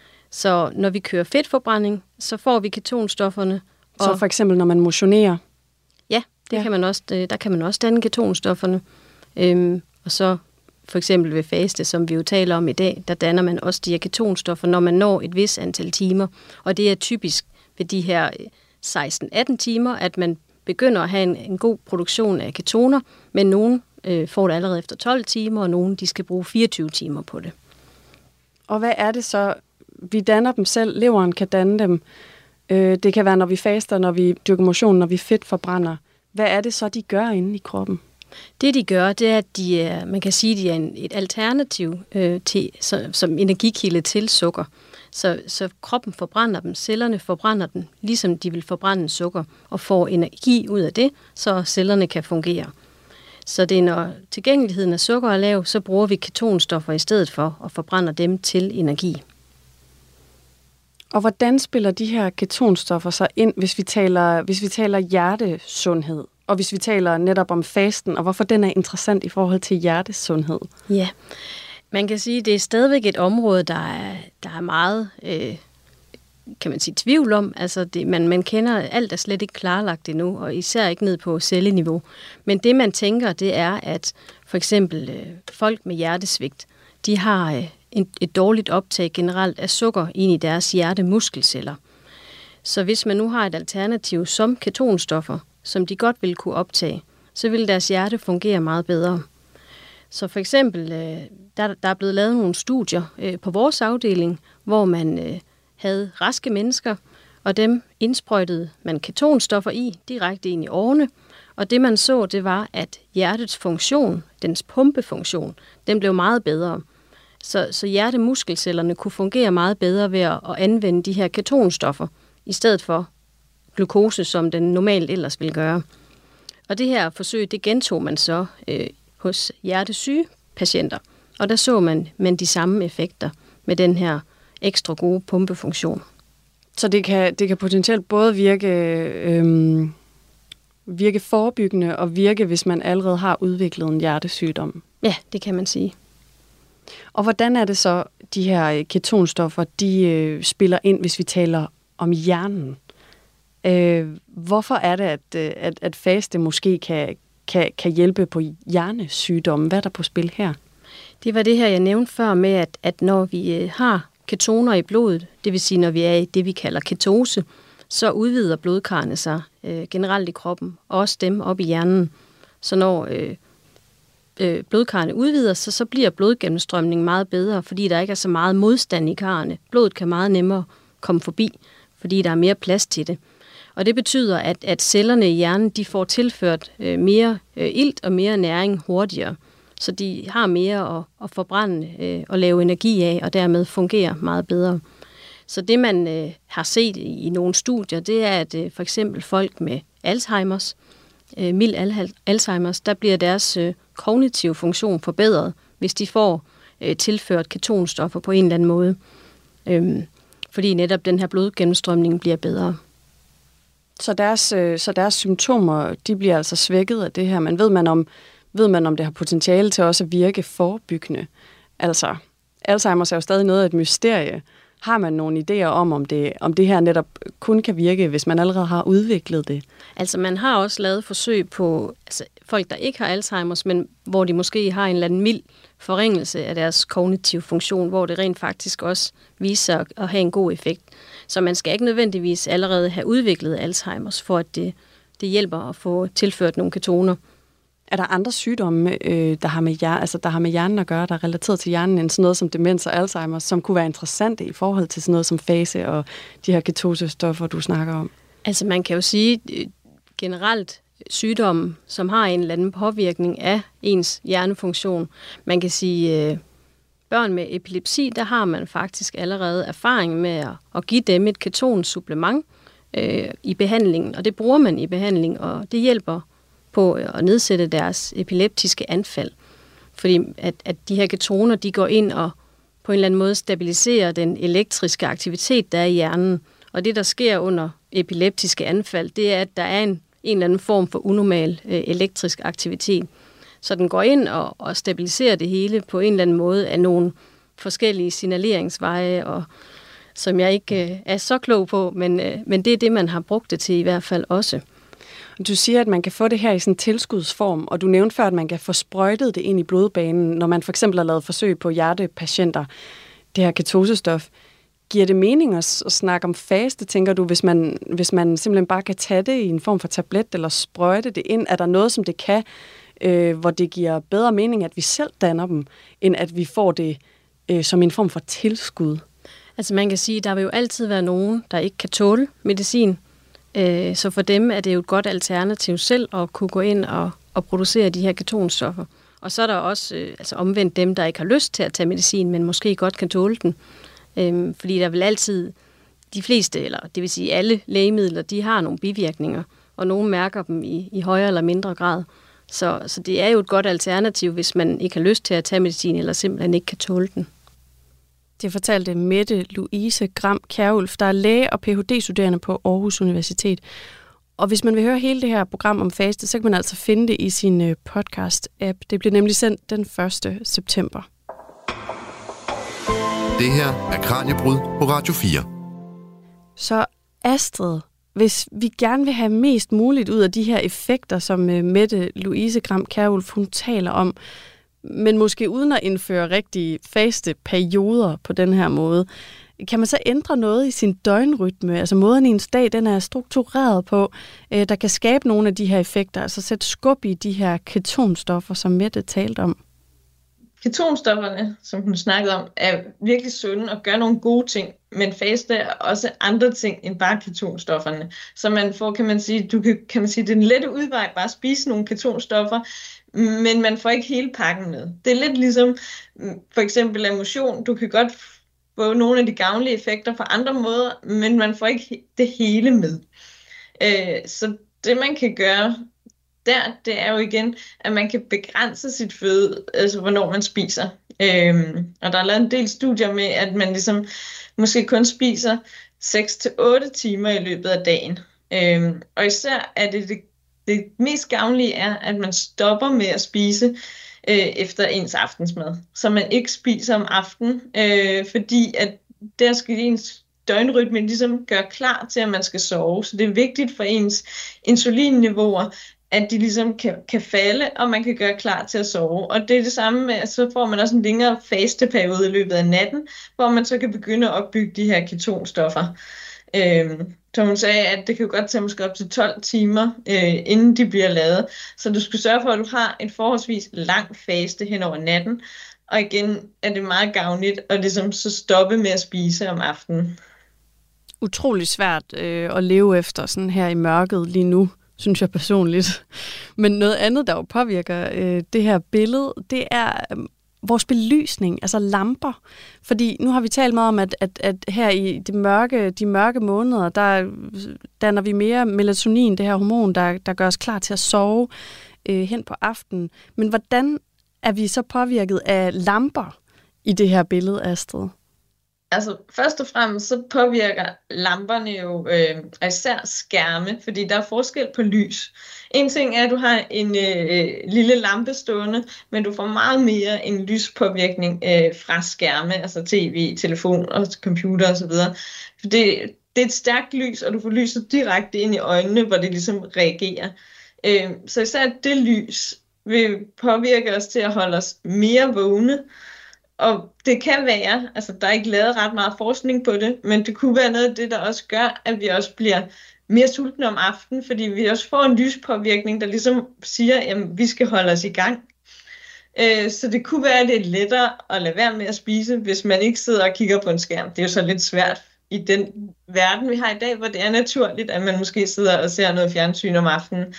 Så når vi kører fedtforbrænding, så får vi ketonstofferne. Og så for eksempel, når man motionerer? Ja, det ja. Kan man også, der kan man også danne ketonstofferne. Øhm, og så for eksempel ved faste, som vi jo taler om i dag, der danner man også de her ketonstoffer, når man når et vis antal timer. Og det er typisk ved de her seksten atten timer, at man begynder at have en, en god produktion af ketoner, men nogen øh, får det allerede efter tolv timer, og nogen de skal bruge fireogtyve timer på det. Og hvad er det så? Vi danner dem selv, leveren kan danne dem. Øh, det kan være, når vi faster, når vi dyrker motion, når vi fedtforbrænder. Hvad er det så, de gør inde i kroppen? Det, de gør, det er, at de er, man kan sige, de er en, et alternativ øh, til, så, som energikilde til sukker. Så, så kroppen forbrænder dem, cellerne forbrænder dem, ligesom de vil forbrænde sukker, og får energi ud af det, så cellerne kan fungere. Så det er, når tilgængeligheden af sukker er lav, så bruger vi ketonstoffer i stedet for, og forbrænder dem til energi. Og hvordan spiller de her ketonstoffer så ind, hvis vi taler, hvis vi taler hjertesundhed, og hvis vi taler netop om fasten, og hvorfor den er interessant i forhold til hjertesundhed? Ja, man kan sige, at det er stadigvæk et område, der er, der er meget, øh, kan man sige, tvivl om. Altså det, man, man kender, alt er slet ikke klarlagt endnu, og især ikke ned på celleniveau. Men det, man tænker, det er, at for eksempel øh, folk med hjertesvigt, de har øh, en, et dårligt optag generelt af sukker ind i deres hjertemuskelceller. Så hvis man nu har et alternativ som ketonstoffer, som de godt vil kunne optage, så vil deres hjerte fungere meget bedre. Så for eksempel, der, der er blevet lavet nogle studier på vores afdeling, hvor man havde raske mennesker, og dem indsprøjtede man ketonstoffer i, direkte ind i årene. Og det man så, det var, at hjertets funktion, dens pumpefunktion, den blev meget bedre. Så, så hjertemuskelcellerne kunne fungere meget bedre ved at anvende de her ketonstoffer, i stedet for glukose, som den normalt ellers ville gøre. Og det her forsøg, det gentog man så øh, hos hjertesyge patienter. Og der så man, man de samme effekter med den her ekstra gode pumpefunktion. Så det kan, det kan potentielt både virke, øh, virke forebyggende og virke, hvis man allerede har udviklet en hjertesygdom? Ja, det kan man sige. Og hvordan er det så, de her ketonstoffer, de øh, spiller ind, hvis vi taler om hjernen? Øh, hvorfor er det, at, at, at faste måske kan, kan, kan hjælpe på hjernesygdomme? Hvad er der på spil her? Det var det her, jeg nævnte før med, at, at når vi øh, har ketoner i blodet, det vil sige, når vi er i det, vi kalder ketose, så udvider blodkarrene sig øh, generelt i kroppen, og også dem op i hjernen. Så når øh, øh, blodkarrene udvider sig, så bliver blodgennemstrømningen meget bedre, fordi der ikke er så meget modstand i karrene. Blodet kan meget nemmere komme forbi, fordi der er mere plads til det. Og det betyder, at, at cellerne i hjernen, de får tilført øh, mere øh, ilt og mere næring hurtigere. Så de har mere at, at forbrænde øh, og lave energi af, og dermed fungerer meget bedre. Så det, man øh, har set i, i nogle studier, det er, at øh, for eksempel folk med Alzheimers, øh, mild al- Alzheimers, der bliver deres øh, kognitive funktion forbedret, hvis de får øh, tilført ketonstoffer på en eller anden måde. Øhm, fordi netop den her blodgennemstrømning bliver bedre. Så deres, øh, så deres symptomer, de bliver altså svækket af det her. Men ved man om, ved man, om det har potentiale til også at virke forebyggende? Altså, Alzheimer's er jo stadig noget af et mysterie. Har man nogle idéer om, om det, om det her netop kun kan virke, hvis man allerede har udviklet det? Altså, man har også lavet forsøg på altså, folk, der ikke har Alzheimer's, men hvor de måske har en eller anden mild forringelse af deres kognitive funktion, hvor det rent faktisk også viser sig at have en god effekt. Så man skal ikke nødvendigvis allerede have udviklet Alzheimer's, for at det, det hjælper at få tilført nogle ketoner. Er der andre sygdomme, øh, der, har med hjerne, altså, der har med hjernen at gøre, der er relateret til hjernen, end sådan noget som demens og Alzheimer, som kunne være interessante i forhold til sådan noget som fase og de her ketosestoffer, du snakker om? Altså man kan jo sige generelt sygdomme, som har en eller anden påvirkning af ens hjernefunktion. Man kan sige, øh, børn med epilepsi, der har man faktisk allerede erfaring med at, at give dem et ketonsupplement øh, i behandlingen, og det bruger man i behandling, og det hjælper på at nedsætte deres epileptiske anfald. Fordi at, at de her ketoner, de går ind og på en eller anden måde stabiliserer den elektriske aktivitet, der er i hjernen. Og det, der sker under epileptiske anfald, det er, at der er en, en eller anden form for unormal øh, elektrisk aktivitet. Så den går ind og, og stabiliserer det hele på en eller anden måde af nogle forskellige signaleringsveje, og, som jeg ikke øh, er så klog på, men, øh, men det er det, man har brugt det til i hvert fald også. Du siger, at man kan få det her i sådan en tilskudsform, og du nævnte før, at man kan få sprøjtet det ind i blodbanen, når man for eksempel har lavet forsøg på hjertepatienter, det her ketosestof. Giver det mening at, at snakke om faste, tænker du, hvis man, hvis man simpelthen bare kan tage det i en form for tablet eller sprøjte det ind? Er der noget, som det kan, øh, hvor det giver bedre mening, at vi selv danner dem, end at vi får det øh, som en form for tilskud? Altså man kan sige, at der vil jo altid være nogen, der ikke kan tåle medicin. Så for dem er det jo et godt alternativ selv at kunne gå ind og, og producere de her ketonstoffer. Og så er der også øh, altså omvendt dem, der ikke har lyst til at tage medicin, men måske godt kan tåle den. Øhm, fordi der vil altid, de fleste, eller det vil sige alle lægemidler, de har nogle bivirkninger, og nogle mærker dem i, i højere eller mindre grad. Så, så det er jo et godt alternativ, hvis man ikke har lyst til at tage medicin, eller simpelthen ikke kan tåle den. Det fortalte Mette Louise Gram Kjærulf, der er læge og P H D-studerende på Aarhus Universitet. Og hvis man vil høre hele det her program om faste, så kan man altså finde det i sin podcast-app. Det bliver nemlig sendt den første september. Det her er Kraniebrud på Radio fire. Så Astrid, hvis vi gerne vil have mest muligt ud af de her effekter, som Mette Louise Gram Kjærulf hun taler om, men måske uden at indføre rigtig faste perioder på den her måde, kan man så ændre noget i sin døgnrytme? Altså måden ens dag, den er struktureret på, øh, der kan skabe nogle af de her effekter, altså sætte skub i de her ketonstoffer, som Mette talte om. Ketonstofferne, som hun snakkede om, er virkelig sunde og gør nogle gode ting men faste er også andre ting end bare ketonstofferne. Så man får, kan man sige, du kan, kan man sige, det er en lette udvej bare at spise nogle ketonstoffer, men man får ikke hele pakken med. Det er lidt ligesom for eksempel af motion. Du kan godt få nogle af de gavnlige effekter på andre måder, men man får ikke det hele med. Øh, så det man kan gøre der, det er jo igen, at man kan begrænse sit føde, altså hvornår man spiser. Øhm, og der er lavet en del studier med, at man ligesom måske kun spiser seks til otte timer i løbet af dagen. Øhm, og især er det, det det mest gavnlige er, at man stopper med at spise øh, efter ens aftensmad. Så man ikke spiser om aftenen, øh, fordi at der skal ens døgnrytme ligesom gøre klar til, at man skal sove. Så det er vigtigt for ens insulinniveauer, at de ligesom kan, kan falde, og man kan gøre klar til at sove. Og det er det samme med, at så får man også en længere fasteperiode i løbet af natten, hvor man så kan begynde at opbygge de her ketonstoffer. Øhm, som hun sagde, at det kan jo godt tage måske op til tolv timer, øh, inden de bliver lavet. Så du skal sørge for, at du har en forholdsvis lang faste hen over natten. Og igen er det meget gavnligt at ligesom så stoppe med at spise om aftenen. Utrolig svært øh, at leve efter sådan her i mørket lige nu, synes jeg personligt. Men noget andet, der jo påvirker øh, det her billede, det er øh, vores belysning, altså lamper. Fordi nu har vi talt meget om, at, at, at her i de mørke, de mørke måneder, der danner vi mere melatonin, det her hormon, der, der gør os klar til at sove øh, hen på aftenen. Men hvordan er vi så påvirket af lamper i det her billede, Astrid? Altså først og fremmest så påvirker lamperne jo øh, især skærme, fordi der er forskel på lys. En ting er, at du har en øh, lille lampe stående, men du får meget mere en lyspåvirkning øh, fra skærme, altså tv, telefon og computer osv. For det, det er et stærkt lys, og du får lyset direkte ind i øjnene, hvor det ligesom reagerer. Øh, så især det lys vil påvirke os til at holde os mere vågne. Og det kan være, altså der er ikke lavet ret meget forskning på det, men det kunne være noget af det, der også gør, at vi også bliver mere sultne om aftenen, fordi vi også får en lyspåvirkning, der ligesom siger, at vi skal holde os i gang. Så det kunne være lidt lettere at lade være med at spise, hvis man ikke sidder og kigger på en skærm. Det er jo så lidt svært i den verden, vi har i dag, hvor det er naturligt, at man måske sidder og ser noget fjernsyn om aftenen.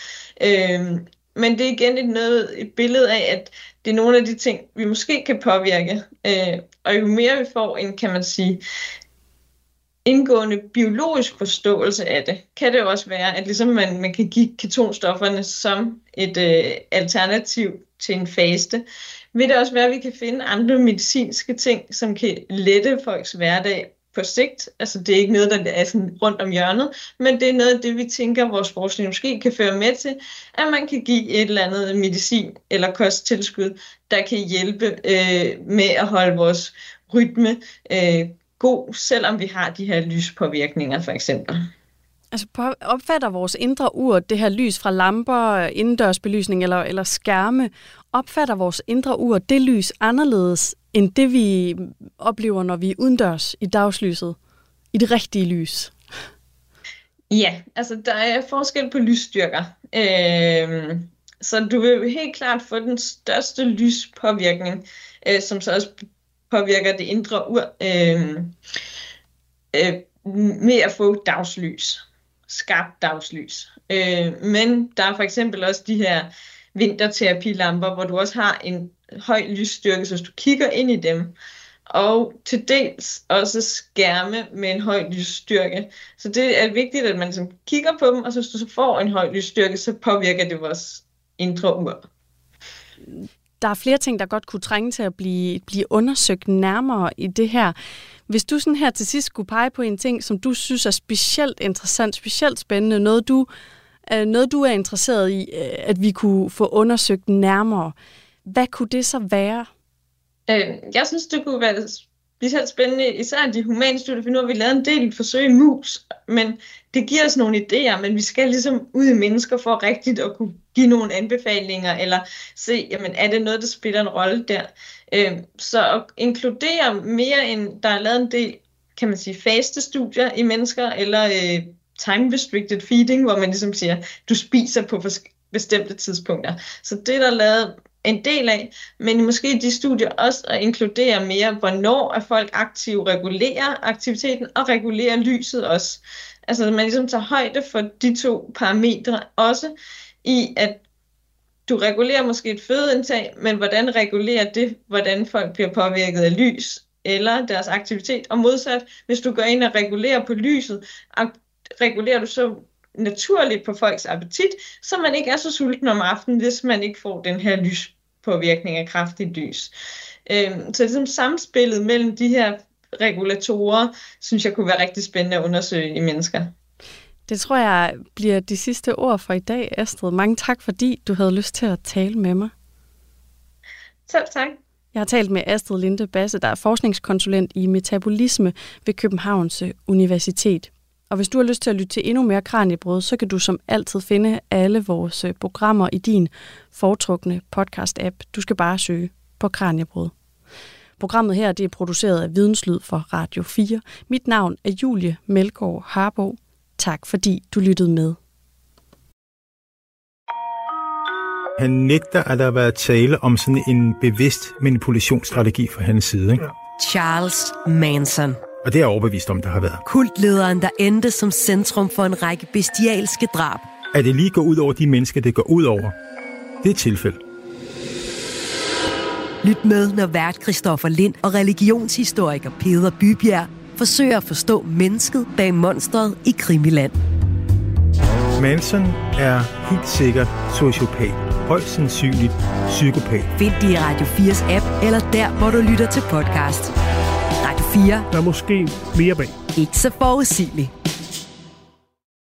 Men det er igen et, noget, et billede af, at det er nogle af de ting, vi måske kan påvirke. Øh, og jo mere vi får en, kan man sige, indgående biologisk forståelse af det, kan det jo også være, at ligesom man, man kan give ketonstofferne som et øh, alternativ til en faste, vil det også være, at vi kan finde andre medicinske ting, som kan lette folks hverdag på sigt. Altså det er ikke noget, der er sådan rundt om hjørnet, men det er noget af det, vi tænker, vores forskning måske kan føre med til, at man kan give et eller andet medicin eller kosttilskud, der kan hjælpe øh, med at holde vores rytme øh, god, selvom vi har de her lyspåvirkninger for eksempel. Altså opfatter vores indre ur, det her lys fra lamper, indendørsbelysning eller, eller skærme, opfatter vores indre ur det lys anderledes end det, vi oplever, når vi er udendørs i dagslyset, i det rigtige lys? Ja, altså der er forskel på lysstyrker. Øh, så du vil helt klart få den største lyspåvirkning, øh, som så også påvirker det indre ur, øh, øh, med at få dagslys. Skarpt dagslys. Øh, men der er for eksempel også de her vinterterapilamper, hvor du også har en høj lysstyrke, så hvis du kigger ind i dem, og til dels også skærme med en høj lysstyrke. Så det er vigtigt, at man ligesom kigger på dem, og så hvis du så får en høj lysstyrke, så påvirker det vores indre ur. Der er flere ting, der godt kunne trænge til at blive, blive undersøgt nærmere i det her. Hvis du sådan her til sidst skulle pege på en ting, som du synes er specielt interessant, specielt spændende, noget du, noget du er interesseret i, at vi kunne få undersøgt nærmere, hvad kunne det så være? Jeg synes, det kunne være specielt spændende, især de humane studier, for nu har vi lavet en del forsøg i mus, men det giver os nogle idéer, men vi skal ligesom ud i mennesker for rigtigt at kunne give nogle anbefalinger, eller se, jamen, er det noget, der spiller en rolle der? Så at inkludere mere end, der er lavet en del, kan man sige, faste studier i mennesker, eller øh, time-restricted feeding, hvor man ligesom siger, du spiser på bestemte tidspunkter. Så det, der er lavet en del af, men måske de studier også at inkludere mere, hvornår er folk aktive, regulerer aktiviteten og regulerer lyset også. Altså at man ligesom tager højde for de to parametre også i, at du regulerer måske et fødeindtag, men hvordan regulerer det, hvordan folk bliver påvirket af lys eller deres aktivitet, og modsat, hvis du går ind og regulerer på lyset, regulerer du så naturligt på folks appetit, så man ikke er så sulten om aftenen, hvis man ikke får den her lyspåvirkning af kraftigt lys. Øhm, så ligesom samspillet mellem de her regulatorer, synes jeg kunne være rigtig spændende at undersøge i mennesker. Det tror jeg bliver de sidste ord for i dag, Astrid. Mange tak, fordi du havde lyst til at tale med mig. Selv tak. Jeg har talt med Astrid Linde Basse, der er forskningskonsulent i metabolisme ved Københavns Universitet. Og hvis du har lyst til at lytte til endnu mere Kraniebrud, så kan du som altid finde alle vores programmer i din foretrukne podcast-app. Du skal bare søge på Kraniebrud. Programmet her det er produceret af Videnslyd for Radio fire. Mit navn er Julie Melgaard Harbo. Tak fordi du lyttede med. Han nægter, at der har været tale om sådan en bevidst manipulationsstrategi fra hans side. Ikke? Charles Manson. Og det er jeg overbevist om, der har været. Kultlederen, der endte som centrum for en række bestialske drab. At det lige går ud over de mennesker, det går ud over, det er et tilfælde. Lyt med, når vært Christoffer Lind og religionshistoriker Peder Bybjerg forsøger at forstå mennesket bag monstret i Krimiland. Manson er helt sikkert sociopat. Højst sandsynligt psykopat. Find det i Radio fires app, eller der, hvor du lytter til podcast. Radio fire. Der er måske mere bag. Ikke så forudsigeligt.